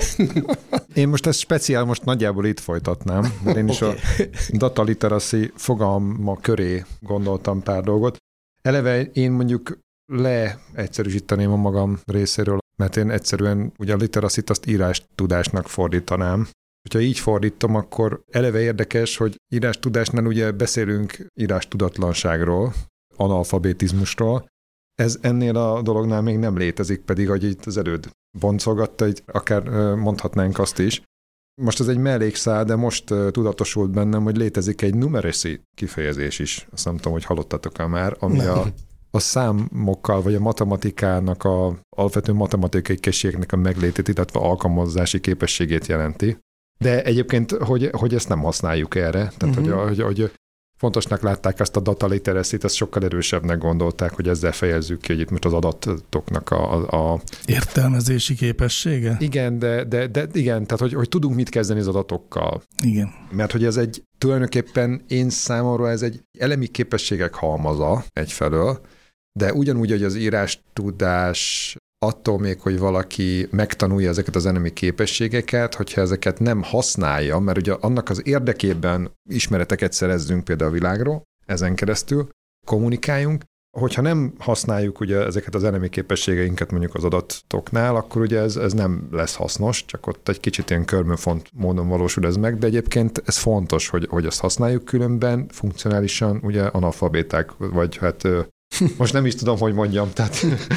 Én most ezt speciál most nagyjából itt folytatnám, mert én is okay. A data literacy fogalma köré gondoltam pár dolgot. Eleve én mondjuk leegyszerűsíteném a magam részéről, mert én egyszerűen ugye a literacy-t azt írástudásnak fordítanám. Hogyha így fordítom, akkor eleve érdekes, hogy írástudásnál ugye beszélünk írástudatlanságról, analfabetizmusról. Ez ennél a dolognál még nem létezik, pedig, hogy itt az előd boncolgatta, így akár mondhatnánk azt is. Most ez egy mellékszál, de most tudatosult bennem, hogy létezik egy numeracy kifejezés is. Azt nem tudom, hogy hallottatok-e már, ami a, a számokkal, vagy a matematikának, a alapvető matematikai készségeknek a meglétét, illetve alkalmazási képességét jelenti. De egyébként, hogy, hogy ezt nem használjuk erre. Tehát, uh-huh. hogy, hogy, hogy fontosnak látták ezt a data literacy-t, ezt sokkal erősebbnek gondolták, hogy ezzel fejezzük ki, hogy itt most az adatoknak a... a, a... értelmezési képessége? Igen, de, de, de igen, tehát hogy, hogy tudunk mit kezdeni az adatokkal. Igen. Mert hogy ez egy, tulajdonképpen én számomra ez egy elemi képességek halmaza egyfelől, de ugyanúgy, hogy az írás tudás, attól még, hogy valaki megtanulja ezeket az elemi képességeket, hogyha ezeket nem használja, mert ugye annak az érdekében ismereteket szerezzünk például a világról, ezen keresztül kommunikáljunk, hogyha nem használjuk ugye ezeket az elemi képességeinket mondjuk az adatoknál, akkor ugye ez, ez nem lesz hasznos, csak ott egy kicsit ilyen körmönfont módon valósul ez meg, de egyébként ez fontos, hogy, hogy ezt használjuk, különben funkcionálisan ugye analfabéták, vagy hát most nem is tudom, hogy mondjam, tehát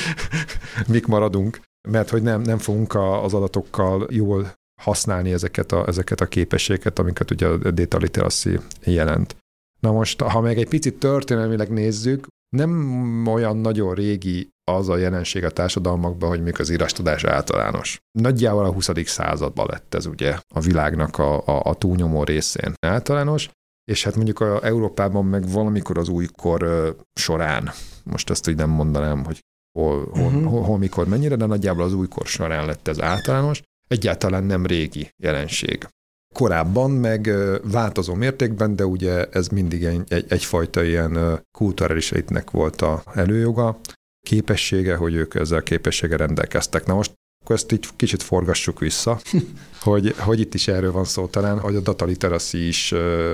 mik maradunk, mert hogy nem, nem fogunk a, az adatokkal jól használni ezeket a, ezeket a képességeket, amiket ugye a data literacy jelent. Na most, ha meg egy picit történelmileg nézzük, nem olyan nagyon régi az a jelenség a társadalmakban, hogy még az írástudás általános. Nagyjából a huszadik században lett ez ugye a világnak a, a, a túlnyomó részén általános, és hát mondjuk a Európában meg valamikor az újkor során, most ezt így nem mondanám, hogy hol, hol, uh-huh. hol, hol mikor, mennyire, de nagyjából az újkor során lett ez általános, egyáltalán nem régi jelenség. Korábban meg változó mértékben, de ugye ez mindig egy, egy, egyfajta ilyen kulturális elitnek volt a előjoga, képessége, hogy ők ezzel a képességgel rendelkeztek. Na most akkor ezt így kicsit forgassuk vissza, hogy, hogy itt is erről van szó talán, hogy a data literacy is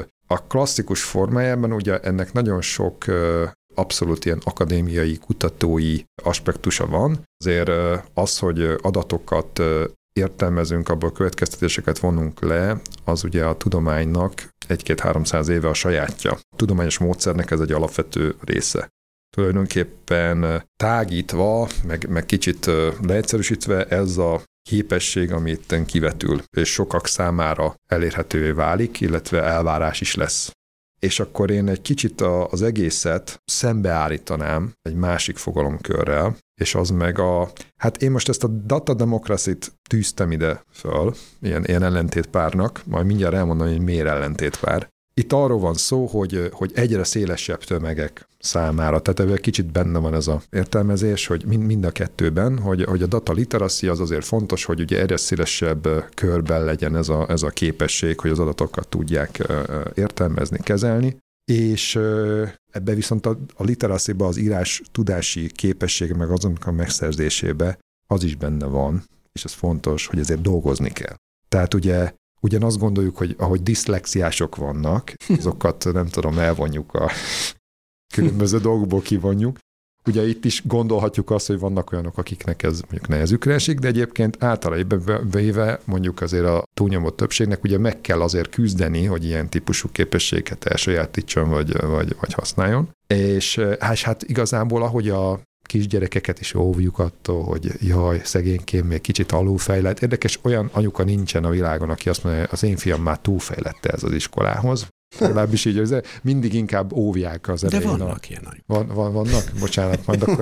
a klasszikus formájában ugye ennek nagyon sok abszolút ilyen akadémiai, kutatói aspektusa van. Azért az, hogy adatokat értelmezünk, abból következtetéseket vonunk le, az ugye a tudománynak egy-két-háromszáz éve a sajátja. A tudományos módszernek ez egy alapvető része. Tulajdonképpen tágítva, meg, meg kicsit leegyszerűsítve ez a képesség, amit kivetül, és sokak számára elérhetővé válik, illetve elvárás is lesz. És akkor én egy kicsit az egészet szembeállítanám egy másik fogalomkörrel, és az meg a, hát én most ezt a data democracy-t tűztem ide föl, ilyen, ilyen ellentétpárnak, majd mindjárt elmondom, hogy miért ellentétpár. Itt arról van szó, hogy, hogy egyre szélesebb tömegek számára, tehát ebben kicsit benne van ez az értelmezés, hogy mind, mind a kettőben, hogy, hogy a data literacy az azért fontos, hogy ugye egyre szélesebb körben legyen ez a, ez a képesség, hogy az adatokat tudják értelmezni, kezelni, és ebbe viszont a, a literacy-ba az írás tudási képesség, meg azonnak a megszerzésébe az is benne van, és ez fontos, hogy ezért dolgozni kell. Tehát ugye Ugyan azt gondoljuk, hogy ahogy diszlexiások vannak, azokat nem tudom, elvonjuk a különböző dolgokból kivonjuk. Ugye itt is gondolhatjuk azt, hogy vannak olyanok, akiknek ez mondjuk nehezükre esik, de egyébként általában véve mondjuk azért a túlnyomó többségnek ugye meg kell azért küzdeni, hogy ilyen típusú képességet elsajátítson, vagy, vagy, vagy használjon. És hát igazából ahogy a kisgyerekeket is óvjuk attól, hogy jaj, szegénykém, még kicsit alulfejlett. Érdekes, olyan anyuka nincsen a világon, aki azt mondja, hogy az én fiam már túlfejlette ez az iskolához. Legalábbis így, hogy mindig inkább óvják az elején. De vannak a... ilyen anyukák. Van, van, vannak? Bocsánat, majd akkor...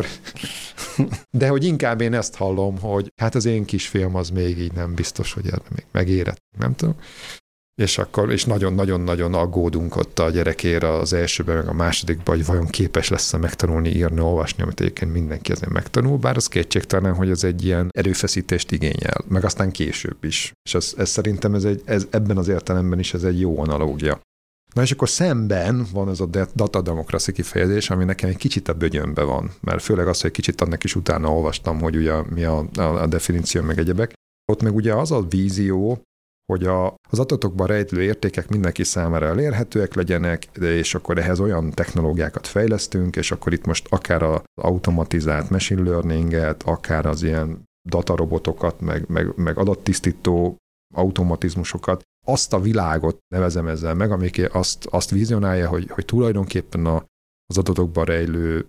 De hogy inkább én ezt hallom, hogy hát az én kisfiam az még így nem biztos, hogy erre még megérett, nem tudom. És akkor, és nagyon-nagyon-nagyon aggódunk ott a gyerekére az elsőben, meg a másodikban, hogy vajon képes lesz-e megtanulni, írni, olvasni, amit egyébként mindenki ezért megtanul, bár az kétségtelen, hogy ez egy ilyen erőfeszítést igényel, meg aztán később is. És ez, ez szerintem ez egy, ez, ebben az értelemben is ez egy jó analógia. Na és akkor szemben van ez a data democracy kifejezés, ami nekem egy kicsit a bögyönbe van, mert főleg az, hogy kicsit annak is utána olvastam, hogy ugye mi a, a, a definíció, meg egyebek. Ott meg ugye az a vízió, hogy a, az adatokban rejlő értékek mindenki számára elérhetőek legyenek, és akkor ehhez olyan technológiákat fejlesztünk, és akkor itt most akár az automatizált machine learninget, akár az ilyen datarobotokat, meg, meg, meg adattisztító automatizmusokat, azt a világot nevezem ezzel meg, amik azt, azt vizionálja, hogy, hogy tulajdonképpen a, az adatokban rejlő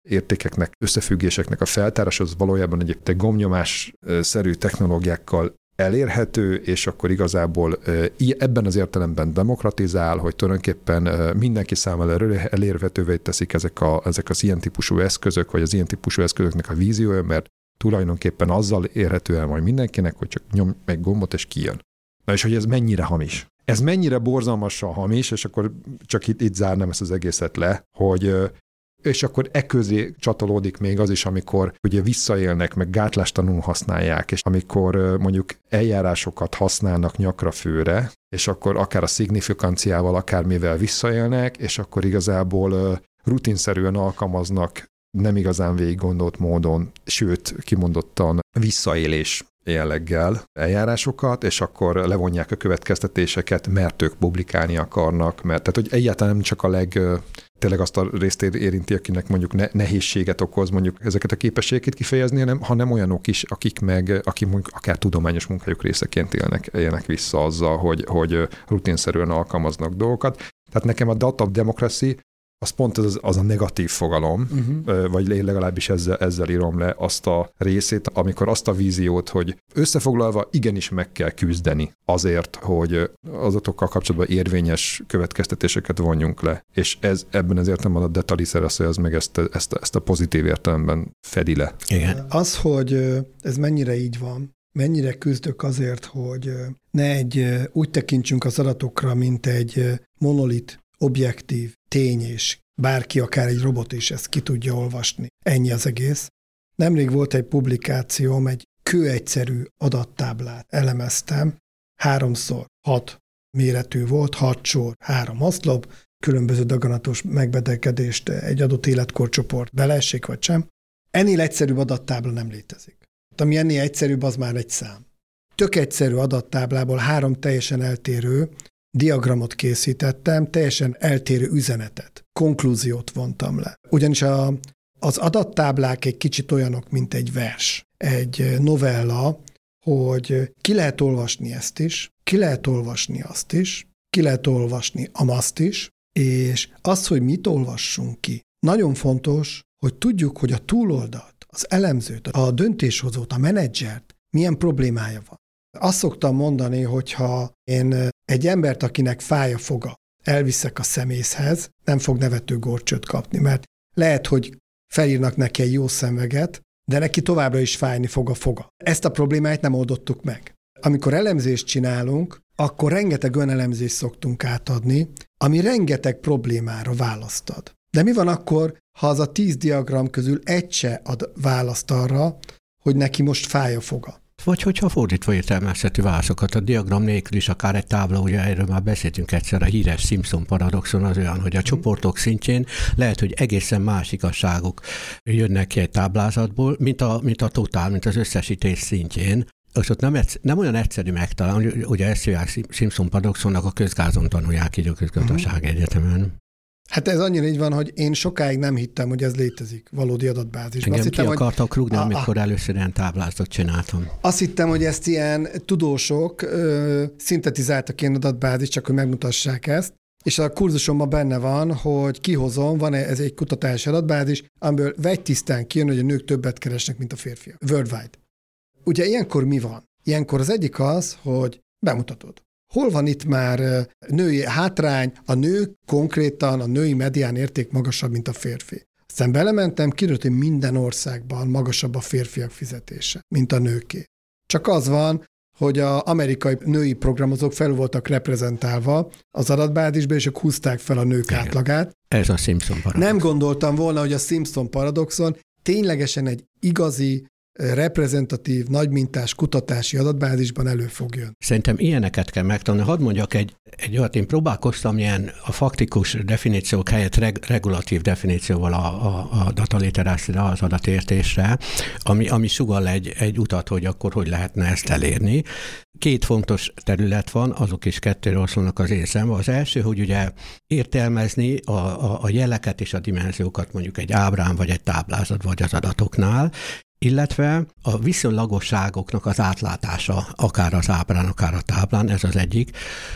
értékeknek, összefüggéseknek a feltárása, az valójában egy gombnyomás-szerű technológiákkal elérhető, és akkor igazából ebben az értelemben demokratizál, hogy tulajdonképpen mindenki számára elérhetővé teszik ezek, a, ezek az ilyen típusú eszközök, vagy az ilyen típusú eszközöknek a víziója, mert tulajdonképpen azzal érhető el majd mindenkinek, hogy csak nyom meg gombot, és kijön. Na és hogy ez mennyire hamis. Ez mennyire borzalmasan hamis, és akkor csak itt, itt zárnám ezt az egészet le, hogy és akkor e közé csatolódik még az is, amikor ugye visszaélnek, meg gátlástalanul használják, és amikor mondjuk eljárásokat használnak nyakra főre, és akkor akár a szignifikanciával, akár mivel visszaélnek, és akkor igazából rutinszerűen alkalmaznak nem igazán végig gondolt módon, sőt, kimondottan visszaélés jelleggel eljárásokat, és akkor levonják a következtetéseket, mert ők publikálni akarnak, mert tehát, hogy egyáltalán nem csak a leg, tényleg azt a részt érinti, akinek mondjuk ne, nehézséget okoz mondjuk ezeket a képességeket kifejezni, hanem, hanem olyanok is, akik meg, akik mondjuk akár tudományos munkájuk részeként élnek, élnek vissza azzal, hogy, hogy rutinszerűen alkalmaznak dolgokat. Tehát nekem a data democracy az pont az, az a negatív fogalom, uh-huh. vagy én legalábbis ezzel, ezzel írom le azt a részét, amikor azt a víziót, hogy összefoglalva igenis meg kell küzdeni azért, hogy az adatokkal kapcsolatban érvényes következtetéseket vonjunk le. És ez ebben az értelemben a detalizer az meg ezt, ezt, ezt a pozitív értelemben fedi le. Igen. Az, hogy ez mennyire így van, mennyire küzdök azért, hogy ne egy, úgy tekintsünk az adatokra, mint egy monolit, objektív, tény, és bárki, akár egy robot is ezt ki tudja olvasni. Ennyi az egész. Nemrég volt egy publikációm, egy kőegyszerű adattáblát elemeztem, háromszor hat méretű volt, hat sor, három oszlop, különböző daganatos megbetegedést egy adott életkorcsoport beleessék, vagy sem. Ennél egyszerűbb adattábla nem létezik. Ami ennél egyszerűbb, az már egy szám. Tök egyszerű adattáblából három teljesen eltérő diagramot készítettem, teljesen eltérő üzenetet, konklúziót vontam le. Ugyanis a, az adattáblák egy kicsit olyanok, mint egy vers, egy novella, hogy ki lehet olvasni ezt is, ki lehet olvasni azt is, ki lehet olvasni amazt is, és az, hogy mit olvassunk ki. Nagyon fontos, hogy tudjuk, hogy a túloldalt, az elemzőt, a döntéshozót, a menedzsert milyen problémája van. Azt szoktam mondani, hogyha én egy embert, akinek fáj a foga, elviszek a szemészhez, nem fog nevetőgórcsőt kapni, mert lehet, hogy felírnak neki egy jó szemüveget, de neki továbbra is fájni fog a foga. Ezt a problémát nem oldottuk meg. Amikor elemzést csinálunk, akkor rengeteg olyan elemzést szoktunk átadni, ami rengeteg problémára választ ad. De mi van akkor, ha az a tíz diagram közül egy se ad választ arra, hogy neki most fáj a foga? Vagy hogyha fordítva értelmezhető válaszokat, a diagram nélkül is akár egy tábla, ugye erről már beszéltünk egyszer, a híres Simpson paradoxon az olyan, hogy a csoportok szintjén lehet, hogy egészen más igazságok jönnek ki egy táblázatból, mint a, mint a totál, mint az összesítés szintjén. És ott nem, egyszer, nem olyan egyszerű megtalálni, ugye ezt hívják Simpson paradoxonnak, a közgázon tanulják így a közgazdasági uh-huh. egyetemen. Hát ez annyira így van, hogy én sokáig nem hittem, hogy ez létezik valódi adatbázisban. Engem hittem, ki akartak rúgni, a, amikor a, először ilyen táblázatot csináltam. Azt hittem, hogy ezt ilyen tudósok ö, szintetizáltak ilyen adatbázis, csak hogy megmutassák ezt. És a kurzusomban benne van, hogy kihozom, van ez egy kutatási adatbázis, amiből vegytisztán kijön, hogy a nők többet keresnek, mint a férfiak. Worldwide. Ugye ilyenkor mi van? Ilyenkor az egyik az, hogy bemutatod. Hol van itt már női hátrány, a nők konkrétan, a női medián érték magasabb, mint a férfi. Aztán belementem, kiderült, hogy minden országban magasabb a férfiak fizetése, mint a nőké. Csak az van, hogy az amerikai női programozók fel voltak reprezentálva az adatbázisba, és ők húzták fel a nők Igen. átlagát. Ez a Simpson paradox. Nem gondoltam volna, hogy a Simpson paradoxon ténylegesen egy igazi, reprezentatív, nagymintás kutatási adatbázisban elő fog jönni. Szerintem ilyeneket kell megtanulni. Hadd mondjak egy, egy olyat, én próbálkoztam ilyen a faktikus definíciók helyett reg, regulatív definícióval a, a, a dataliterációra, az adatértésre, ami, ami sugall egy, egy utat, hogy akkor hogy lehetne ezt elérni. Két fontos terület van, azok is kettőre oszlanak az én szemben. Az első, hogy ugye értelmezni a, a, a jeleket és a dimenziókat mondjuk egy ábrán, vagy egy táblázat, vagy az adatoknál, illetve a viszonylagosságoknak az átlátása, akár az ábrán, akár a táblán, ez az egyik.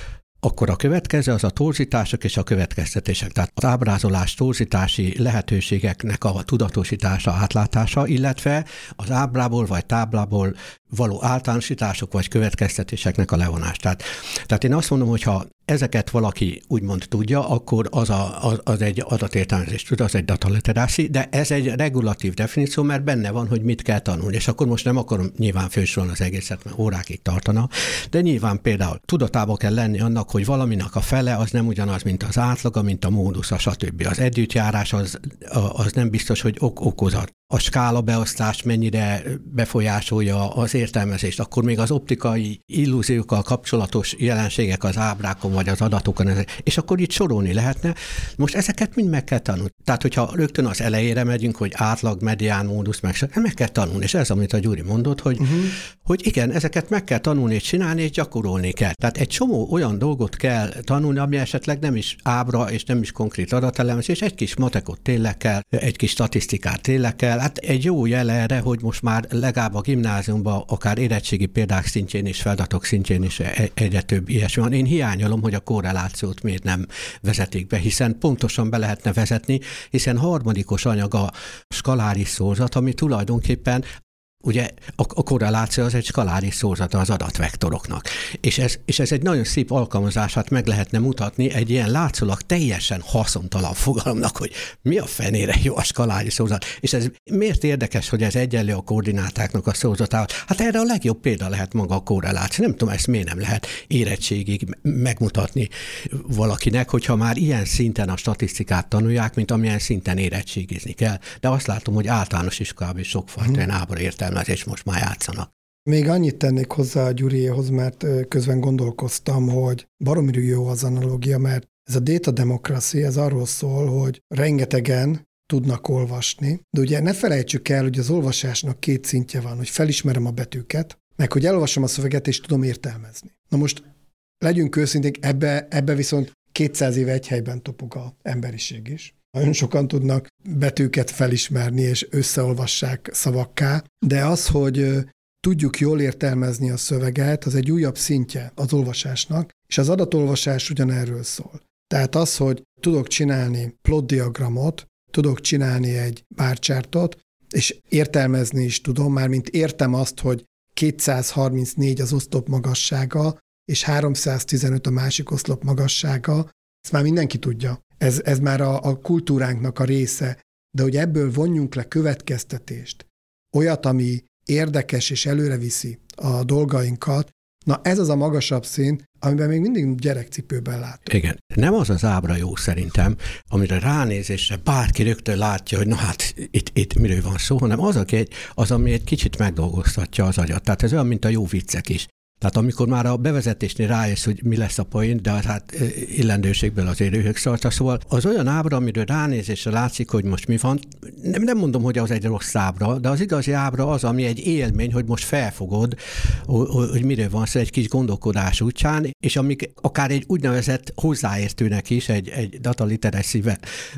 akkor a következő az a torzítások és a következtetések. Tehát az ábrázolás torzítási lehetőségeknek a tudatosítása, átlátása, illetve az ábrából vagy táblából való általánosítások vagy következtetéseknek a levonás. Tehát, tehát én azt mondom, hogy ha ezeket valaki úgymond tudja, akkor az, a, az, az egy adatértelmezés tud, az egy data literacy, de ez egy regulatív definíció, mert benne van, hogy mit kell tanulni. És akkor most nem akarom nyilván fősorolni az egészet, mert órákig tartana, de nyilván például tudatában kell lenni annak, hogy valaminek a fele az nem ugyanaz, mint az átlaga, mint a módusza, stb. Az együttjárás az, az nem biztos, hogy ok- okozat. A skála beosztás mennyire befolyásolja az értelmezést, akkor még az optikai illúziókkal kapcsolatos jelenségek az ábrákon vagy az adatokon, és akkor itt sorolni lehetne. Most ezeket mind meg kell tanulni. Tehát, hogyha rögtön az elejére megyünk, hogy átlag, medián, módusz, meg, meg kell tanulni. És ez, amit a Gyuri mondott, hogy, uh-huh. hogy igen, ezeket meg kell tanulni, és csinálni, és gyakorolni kell. Tehát egy csomó olyan dolgot kell tanulni, ami esetleg nem is ábra, és nem is konkrét adatelemzés, egy kis matekot tényleg kell, egy kis statisztikát tényleg kell. Hát egy jó jel erre, hogy most már legalább a gimnáziumban, akár érettségi példák szintjén és feladatok szintjén is egyre több ilyesmi van. Én hiányolom, hogy a korrelációt miért nem vezetik be, hiszen pontosan be lehetne vezetni, hiszen harmadikos anyag a skaláris szorzat, ami tulajdonképpen ugye a, a korreláció az egy skaláris szorzata az adatvektoroknak. És ez, és ez egy nagyon szép alkalmazását meg lehetne mutatni egy ilyen látszólag teljesen haszontalan fogalomnak, hogy mi a fenére jó a skaláris szorzat. És ez miért érdekes, hogy ez egyenlő a koordinátáknak a szorzatával? Hát erre a legjobb példa lehet maga a korreláció. Nem tudom, ezt miért nem lehet érettségig megmutatni valakinek, hogyha már ilyen szinten a statisztikát tanulják, mint amilyen szinten érettségizni kell. De azt látom, hogy általános iskolában is sokfajta ilyen ábra értelmezés és most már játszanak. Még annyit tennék hozzá a Gyuriéhoz, mert közben gondolkoztam, hogy baromi jó az analógia, mert ez a data democracy, ez arról szól, hogy rengetegen tudnak olvasni, de ugye ne felejtsük el, hogy az olvasásnak két szintje van, hogy felismerem a betűket, meg hogy elolvasom a szöveget és tudom értelmezni. Na most legyünk őszinték, ebbe, ebbe viszont kétszáz éve egy helyben topog az emberiség is. Nagyon sokan tudnak betűket felismerni, és összeolvassák szavakká, de az, hogy tudjuk jól értelmezni a szöveget, az egy újabb szintje az olvasásnak, és az adatolvasás ugyanerről szól. Tehát az, hogy tudok csinálni plot diagramot, tudok csinálni egy bárcsártot, és értelmezni is tudom, mármint értem azt, hogy kétszázharmincnégy az oszlop magassága, és háromszáztizenöt a másik oszlop magassága, ezt már mindenki tudja. Ez, ez már a, a kultúránknak a része, de hogy ebből vonjunk le következtetést, olyat, ami érdekes és előre viszi a dolgainkat, na ez az a magasabb szint, amiben még mindig gyerekcipőben látunk. Igen. Nem az az ábra jó szerintem, amire ránézésre bárki rögtön látja, hogy na hát itt, itt miről van szó, hanem az, aki egy, az, ami egy kicsit megdolgoztatja az agyat. Tehát ez olyan, mint a jó viccek is. Tehát amikor már a bevezetésnél rájössz, hogy mi lesz a point, de hát illendőségből azért röhögsz rajta, szóval az olyan ábra, amiről ránézésre látszik, hogy most mi van, nem, nem mondom, hogy az egy rossz ábra, de az igazi ábra az, ami egy élmény, hogy most felfogod, hogy miről van szó egy kis gondolkodás útján, és amik akár egy úgynevezett hozzáértőnek is, egy, egy data literacy-vel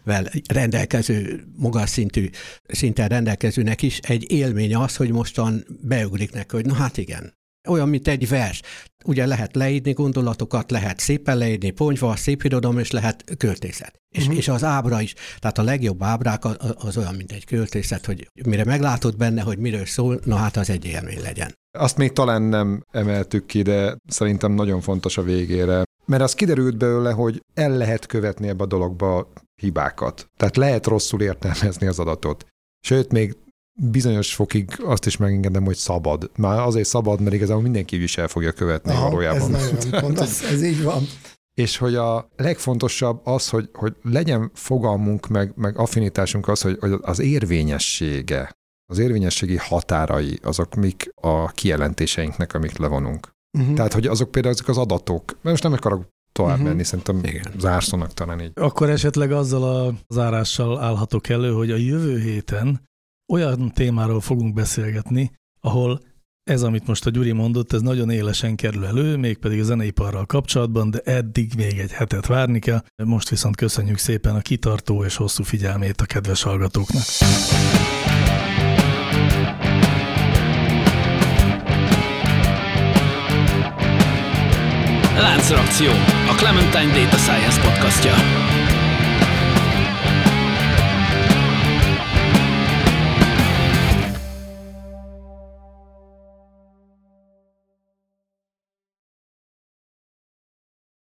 rendelkező, magas szintű, szinten rendelkezőnek is egy élmény az, hogy mostan beugrik neki, hogy na hát igen. Olyan, mint egy vers. Ugye lehet leírni gondolatokat, lehet szépen leírni, ponyva, szép irodalom, és lehet költészet. Uh-huh. És, és az ábra is. Tehát a legjobb ábrák az, az olyan, mint egy költészet, hogy mire meglátod benne, hogy miről szól, na hát az egy élmény legyen. Azt még talán nem emeltük ki, de szerintem nagyon fontos a végére. Mert az kiderült belőle, hogy el lehet követni ebbe a dologba hibákat. Tehát lehet rosszul értelmezni az adatot. Sőt, még bizonyos fokig azt is megengedem, hogy szabad. Már azért szabad, mert igazából mindenki is el fogja követni. Aha, valójában. Ez nagyon fontos, ez így van. És hogy a legfontosabb az, hogy, hogy legyen fogalmunk, meg, meg affinitásunk az, hogy, hogy az érvényessége, az érvényességi határai, azok mik a kijelentéseinknek, amik levonunk. Uh-huh. Tehát, hogy azok például azok az adatok, most nem akarok tovább uh-huh. menni, szerintem igen. Zárszónak talán így. Akkor esetleg azzal a zárással állhatok elő, hogy a jövő héten olyan témáról fogunk beszélgetni, ahol ez, amit most a Gyuri mondott, ez nagyon élesen kerül elő, mégpedig a zeneiparral kapcsolatban, de eddig még egy hetet várni kell. Most viszont köszönjük szépen a kitartó és hosszú figyelmét a kedves hallgatóknak. Láncreakció, a Clementine Data Science podcastja.